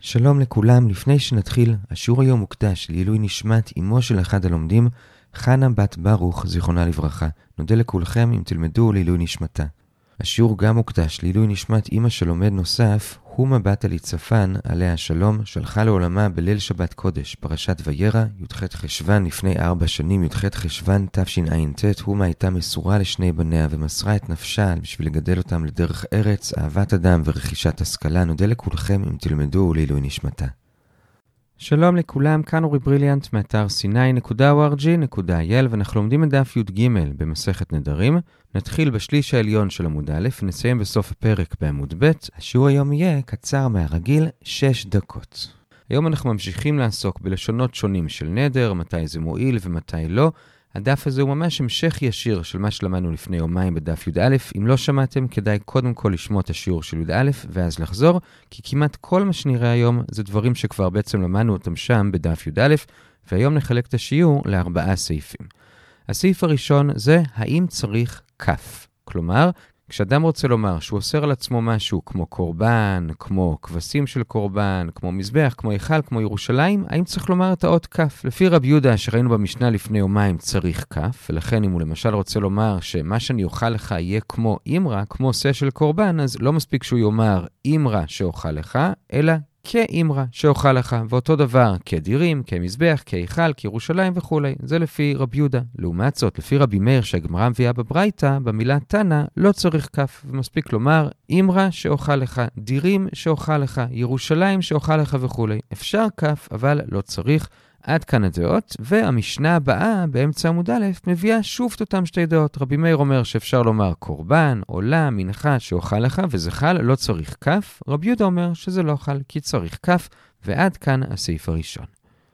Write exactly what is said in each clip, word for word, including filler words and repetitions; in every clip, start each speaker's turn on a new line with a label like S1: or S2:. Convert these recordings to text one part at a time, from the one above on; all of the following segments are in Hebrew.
S1: שלום לכולם, לפני שנתחיל, השיעור היום מוקדש לעילוי נשמת אמו של אחד הלומדים, חנה בת ברוך, זיכרונה לברכה. נודה לכולכם אם תלמדו לעילוי נשמתה. השיעור גם מוקדש לעילוי נשמת אמא של לומד נוסף, הומה בת אליצפן, עליה השלום, שלחה לעולמה בליל שבת קודש, פרשת וירא, י"ח חשוון, לפני ארבע שנים, י"ח חשוון תשע"ט. הומה הייתה מסורה לשני בניה ומסרה את נפשה בשביל לגדל אותם לדרך ארץ, אהבת אדם ורכישת השכלה. נודה לכולכם אם תלמדו לעילוי נשמתה. שלום לכולם, כאן אורי בריליאנט מאתר סיני נקודה או אר ג'י נקודה איי אל, ואנחנו לומדים את דף י"ג במסכת נדרים. נתחיל בשליש העליון של עמוד א' ונסיים בסוף הפרק בעמוד ב'. השיעור היום יהיה קצר מהרגיל, שש דקות. היום אנחנו ממשיכים לעסוק בלשונות שונים של נדר, מתי זה מועיל ומתי לא. הדף הזה הוא ממש המשך ישיר של מה שלמדנו לפני יומיים בדף י"א. אם לא שמעתם, כדאי קודם כל לשמוע את השיעור של י"א ואז לחזור, כי כמעט כל מה שנראה היום זה דברים שכבר בעצם למדנו אותם שם בדף י"א, והיום נחלק את השיעור לארבעה סעיפים. הסעיף הראשון זה האם צריך כף. כלומר, כשאדם רוצה לומר שהוא אוסר על עצמו משהו כמו קורבן, כמו כבשים של קורבן, כמו מזבח, כמו היכל, כמו ירושלים, האם צריך לומר את האות כף? לפי רבי יהודה שראינו במשנה לפני יומיים צריך כף, ולכן אם הוא למשל רוצה לומר שמה שאני אוכל לך יהיה כמו אימרה, כמו שא של קורבן, אז לא מספיק שהוא יאמר אימרה שאוכל לך, אלא כאימרה שאוכל לך, ואותו דבר כדירים, כמזבח, כהיכל, כירושלים וכו'. זה לפי רבי יהודה. לעומת זאת, לפי רבי מאיר שהגמרא מביאה בברייתא, במילה תנא לא צריך כף, ומספיק לומר אימרה שאוכל לך, דירים שאוכל לך, ירושלים שאוכל לך וכו'. אפשר כף, אבל לא צריך. עד כאן הדעות, והמשנה הבאה באמצע עמוד א' מביאה שוב את אותם שתי דעות. רבי מאיר אומר שאפשר לומר קורבן, עולה, מנחה שאוכל לך, וזה חל, לא צריך כף. רבי יהודה אומר שזה לא חל, כי צריך כף, ועד כאן הסעיף הראשון.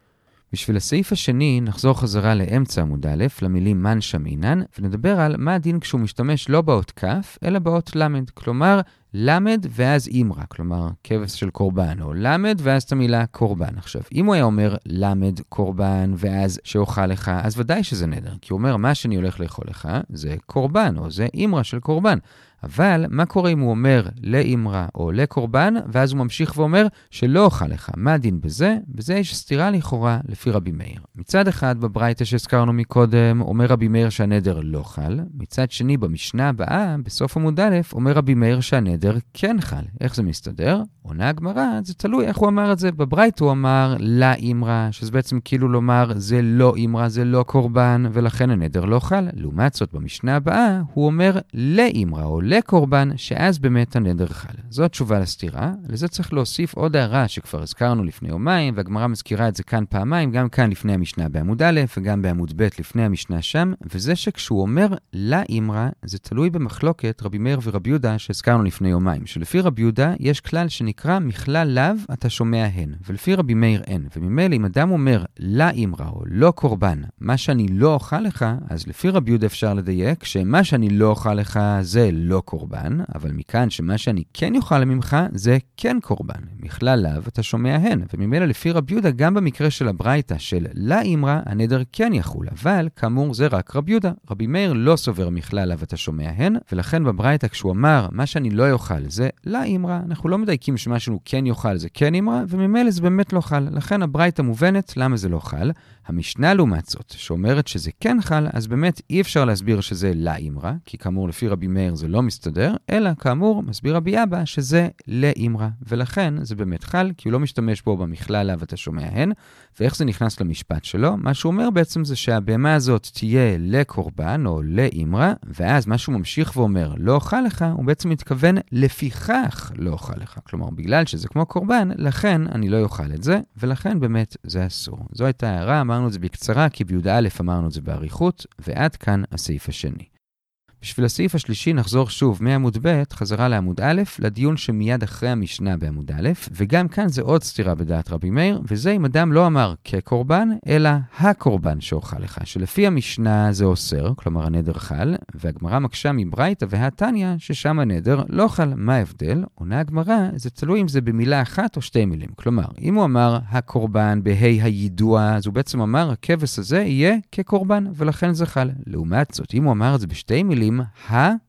S1: בשביל הסעיף השני נחזור חזרה לאמצע עמוד א', למילים מן שמינן, ונדבר על מה הדין כשהוא משתמש לא באות כף, אלא באות למד. כלומר, למד ואז אימרה, כלומר, כבש של קורבן, או למד ואז את המילה קורבן. עכשיו, אם הוא היה אומר למד קורבן ואז שאוכל לך, אז ודאי שזה נדר, כי הוא אומר, מה שאני הולך לאכול לך זה קורבן, או זה אימרה של קורבן. אבל מה קורה אם הוא אומר לאימרה או לקורבן, ואז הוא ממשיך ואומר שלא אוכל לך? מה הדין בזה? בזה יש סתירה לכאורה לפי רבי מאיר. מצד אחד, בברייתא שהזכרנו מקודם, אומר רבי מאיר שהנדר לא חל. מצד שני, במשנה הבאה, בסוף עמוד א', אומר רבי מאיר שהנדר כן חל. איך זה מסתדר? עונה הגמרא, זה תלוי איך הוא אמר את זה. בברייתא הוא אמר לאימרה, שזה בעצם כאילו לומר זה לא אימרה, זה לא קורבן, ולכן הנדר לא חל. לעומת זאת, במשנה הבאה, הוא אומר לאימרה או לקורבן, שאז באמת הנדר חל. זו התשובה לסתירה. לזה צריך להוסיף עוד הערה שכבר הזכרנו לפני יומיים, והגמרא מזכירה את זה כאן פעמיים, גם כאן לפני המשנה בעמוד א' וגם בעמוד ב' לפני המשנה שם, וזה שכשהוא אומר לאימרה, זה תלוי במחלוקת רבי מאיר ורבי יהודה שהזכרנו לפני יומיים, שלפי רבי יהודה יש כלל שנקרא מכלל לאו אתה שומע הן, ולפי רבי מאיר אין. וממילא אם אדם אומר לאימרה או לא קורבן, מה שאני לא אוכל לך, אז לפי רבי יהודה אפשר לדייק שמה שאני לא אוכל לך זה לא קורבן, אבל מכאן שמה שאני כן יוכל ממך זה כן קורבן. מכלל לאו אתה שומע הן, וממילא לפי רבי יהודה גם במקרה של הברייתא של לאימרה הנדר כן יחול, אבל כאמור זה רק רבי יהודה. רבי מאיר לא סובר מכלל לאו אתה שומע הן, ולכן בברייתא כשהוא אמר מה שאני לא יוכל זה לאימרה, אנחנו לא מדייקים שמה שהוא כן יוכל זה כן אימרה, וממילא זה באמת לא חל. לכן הברייתא מובנת למה זה לא חל. המשנה לעומת זאת שאומרת שזה כן חל, אז באמת אי אפשר להסביר שזה לאימרה, כי כאמור לפי רבי מאיר זה לא מסתדר, אלא כאמור מסביר רבי אבא שזה לאימרה, ולכן זה באמת חל, כי הוא לא משתמש בו במכלל לאו אתה שומע הן. ואיך זה נכנס למשפט שלו? מה שהוא אומר בעצם זה שהבהמה הזאת תהיה לקורבן או לאימרה, ואז מה שהוא ממשיך ואומר לא אוכל לך, הוא בעצם מתכוון לפיכך לא אוכל לך. כלומר, בגלל שזה כמו קורבן, לכן אני לא אוכל את זה, ולכן באמת זה אסור. זו הייתה הערה, אמרנו את זה בקצרה, כי בי"א אמרנו את זה באריכות, ועד כאן הסעיף השני. בשביל הסעיף השלישי נחזור שוב מעמוד ב' חזרה לעמוד א', לדיון שמיד אחרי המשנה בעמוד א', וגם כאן זה עוד סתירה בדעת רבי מאיר, וזה אם אדם לא אמר כקורבן, אלא הקורבן שאוכל לך, שלפי המשנה זה אוסר, כלומר הנדר חל, והגמרא מקשה מברייתא והתניא ששם הנדר לא חל. מה ההבדל? עונה הגמרא, זה תלוי אם זה במילה אחת או שתי מילים. כלומר, אם הוא אמר הקורבן בהי הידוע, אז הוא בעצם אמר הכבש הזה יהיה כקורבן, ולכן זה חל. לעומת זאת, אם הוא אמר את זה בשתי מילים, ה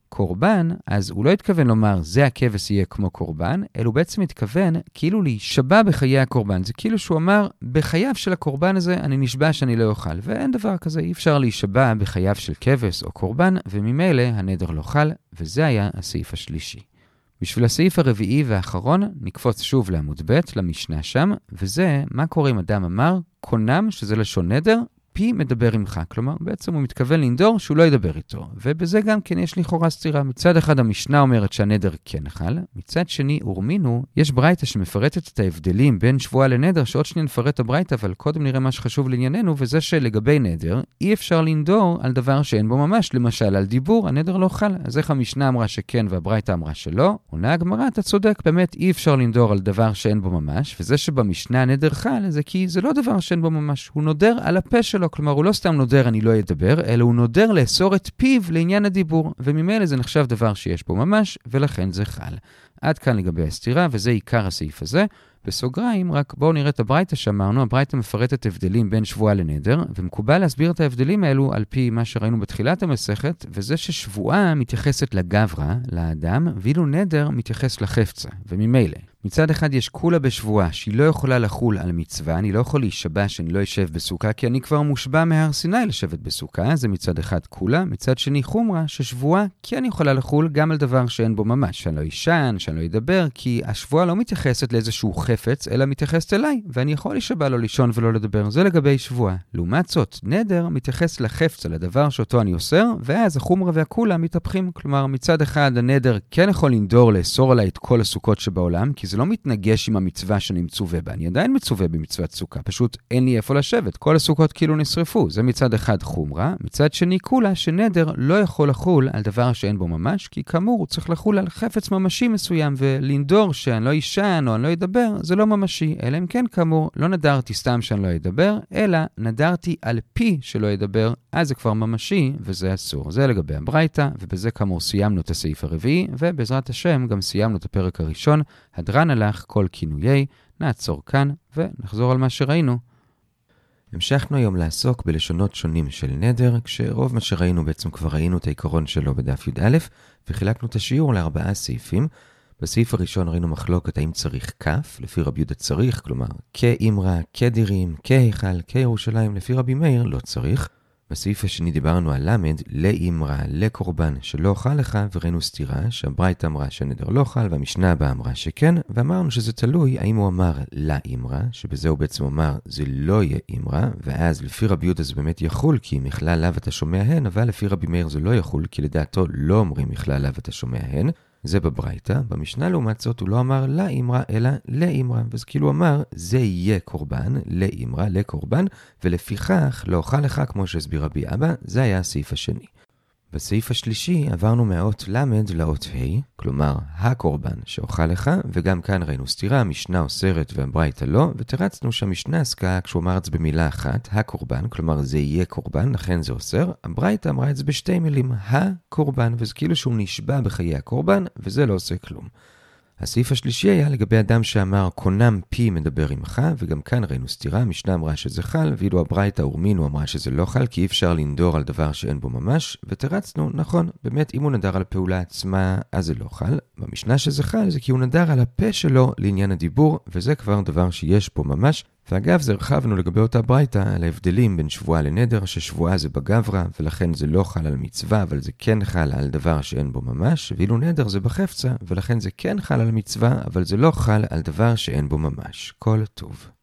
S2: קורבן, אז הוא לא התכוון לומר, זה הכבש יהיה כמו קורבן, אלא הוא בעצם התכוון כאילו להישבע בחיי הקורבן. זה כאילו שהוא אמר, בחייו של הקורבן הזה אני נשבע שאני לא אוכל, ואין דבר כזה, אי אפשר להישבע בחייו של כבש או קורבן, וממילא הנדר לא חל, וזה היה הסעיף השלישי. בשביל הסעיף הרביעי והאחרון, נקפוץ שוב לעמוד ב' למשנה שם, וזה מה קורה אם אדם אמר, קונם, שזה לשון נדר, פי מדבר עמך. כלומר, בעצם הוא מתכוון לנדור שהוא לא ידבר איתו. ובזה גם כן יש לכאורה סתירה. מצד אחד המשנה אומרת שהנדר כן חל, מצד שני אורמינו, יש ברייתא שמפרטת את ההבדלים בין שבועה לנדר, שעוד שניה נפרט את הברייתא, אבל קודם נראה מה שחשוב לענייננו, וזה שלגבי נדר, אי אפשר לנדור על דבר שאין בו ממש, למשל על דיבור, הנדר לא חל. אז איך המשנה אמרה שכן והברייתא אמרה שלא? עונה הגמרא, אתה צודק, באמת אי אפשר לנדור על דבר שאין בו ממש, וזה שבמשנה הנדר חל, זה כי זה לא דבר שאין בו ממש, הוא נודר על הפה שלו. כלומר, הוא לא סתם נודר אני לא ידבר, אלא הוא נודר לאסור את פיו לעניין הדיבור, וממילא זה נחשב דבר שיש פה ממש, ולכן זה חל. עד כאן לגבי הסתירה, וזה עיקר הסעיף הזה. בסוגריים, רק בואו נראה את הברייתא שאמרנו, הברייתא מפרטת הבדלים בין שבועה לנדר, ומקובל להסביר את ההבדלים האלו על פי מה שראינו בתחילת המסכת, וזה ששבועה מתייחסת לגברה, לאדם, ואילו נדר מתייחס לחפצה, וממילא. מצד אחד יש כולה בשבועה שהיא לא יכולה לחול על מצווה, אני לא יכול להישבע שאני לא ישב בסוכה, כי אני כבר מושבע מהר סיני לשבת בסוכה, זה מצד אחד כולה, מצד שני חומרה ששבועה כן יכולה לחול גם על דבר שאין בו ממש, שאני לא ישן, שאני לא ידבר, כי השבועה לא מתייחסת לאיזשהו חפץ, אלא מתייחסת אליי, ואני יכול להישבע לא לישון ולא לדבר, זה לגבי שבועה. לעומת זאת, נדר מתייחס לחפץ, לדבר שאותו אני אוסר, ואז החומרה והכולה מתהפכים, כלומר מצד אחד הנדר כן יכול לנדור לאסור עליי את כל הסוכות שבעולם, כי זה לא מתנגש עם המצווה שאני מצווה בה. אני עדיין מצווה במצוות סוכה, פשוט אין לי איפה לשבת. כל הסוכות כאילו נשרפו. זה מצד אחד חומרה, מצד שני כולה שנדר לא יכול לחול על דבר שאין בו ממש, כי כאמור הוא צריך לחול על חפץ ממשי מסוים, ולנדור שאני לא ישן או אני לא אדבר, זה לא ממשי. אלא אם כן כאמור, לא נדרתי סתם שאני לא אדבר, אלא נדרתי על פי שלא אדבר, אז זה כבר ממשי וזה אסור. זה לגבי הברייתא, ובזה כאמור סיימנו את הסעיף הרביעי, ובעזרת השם גם סיימנו את הפרק הראשון. הדרן הלך כל כינויי, נעצור כאן ונחזור על מה שראינו.
S1: המשכנו היום לעסוק בלשונות שונים של נדר, כשרוב מה שראינו בעצם כבר ראינו את העיקרון שלו בדף י"א, וחילקנו את השיעור לארבעה סעיפים. בסעיף הראשון ראינו מחלוקת האם צריך כף, לפי רבי יהודה צריך, כלומר כאמרה, כדירים, כהיכל, כירושלים, לפי רבי מאיר לא צריך. בסעיף השני דיברנו על למד, לאמרה, לקורבן שלא חל לך, וראינו סתירה שהברייתא אמרה שנדר לא חל, והמשנה הבאה אמרה שכן, ואמרנו שזה תלוי האם הוא אמר לאמרה, שבזה הוא בעצם אמר זה לא יהיה אמרה, ואז לפי רבי יהודה זה באמת יחול, כי מכלל לאו אתה שומע הן, אבל לפי רבי מאיר זה לא יחול, כי לדעתו לא אומרים מכלל לאו אתה שומע הן. זה בברייתא. במשנה לעומת זאת הוא לא אמר לאמרה אלא לאמרה, וזה כאילו אמר זה יהיה קורבן, לאמרה, לקורבן, ולפיכך לא אוכל לך כמו שהסביר רבי אבא. זה היה הסעיף השני. בסעיף השלישי עברנו מהאות למד לאות ה', כלומר הקורבן שאוכל לך, וגם כאן ראינו סתירה, המשנה אוסרת והברייתא לא, ותרצנו שהמשנה עסקה כשהוא אמר את זה במילה אחת, הקורבן, כלומר זה יהיה קורבן, לכן זה אוסר. הברייתא אמרה את זה בשתי מילים, הקורבן, וזה כאילו שהוא נשבע בחיי הקורבן, וזה לא עושה כלום. הסעיף השלישי היה לגבי אדם שאמר קונם פי מדבר עמך, וגם כאן ראינו סתירה, המשנה אמרה שזה חל, ואילו הברייתא אורמינו אמרה שזה לא חל, כי אי אפשר לנדור על דבר שאין בו ממש, ותרצנו, נכון, באמת אם הוא נדר על הפעולה עצמה, אז זה לא חל. במשנה שזה חל זה כי הוא נדר על הפה שלו לעניין הדיבור, וזה כבר דבר שיש פה ממש. ואגב, זה הרחבנו לגבי אותה ברייתא על ההבדלים בין שבועה לנדר, ששבועה זה בגברה, ולכן זה לא חל על מצווה, אבל זה כן חל על דבר שאין בו ממש, ואילו נדר זה בחפצה, ולכן זה כן חל על מצווה, אבל זה לא חל על דבר שאין בו ממש. כל טוב.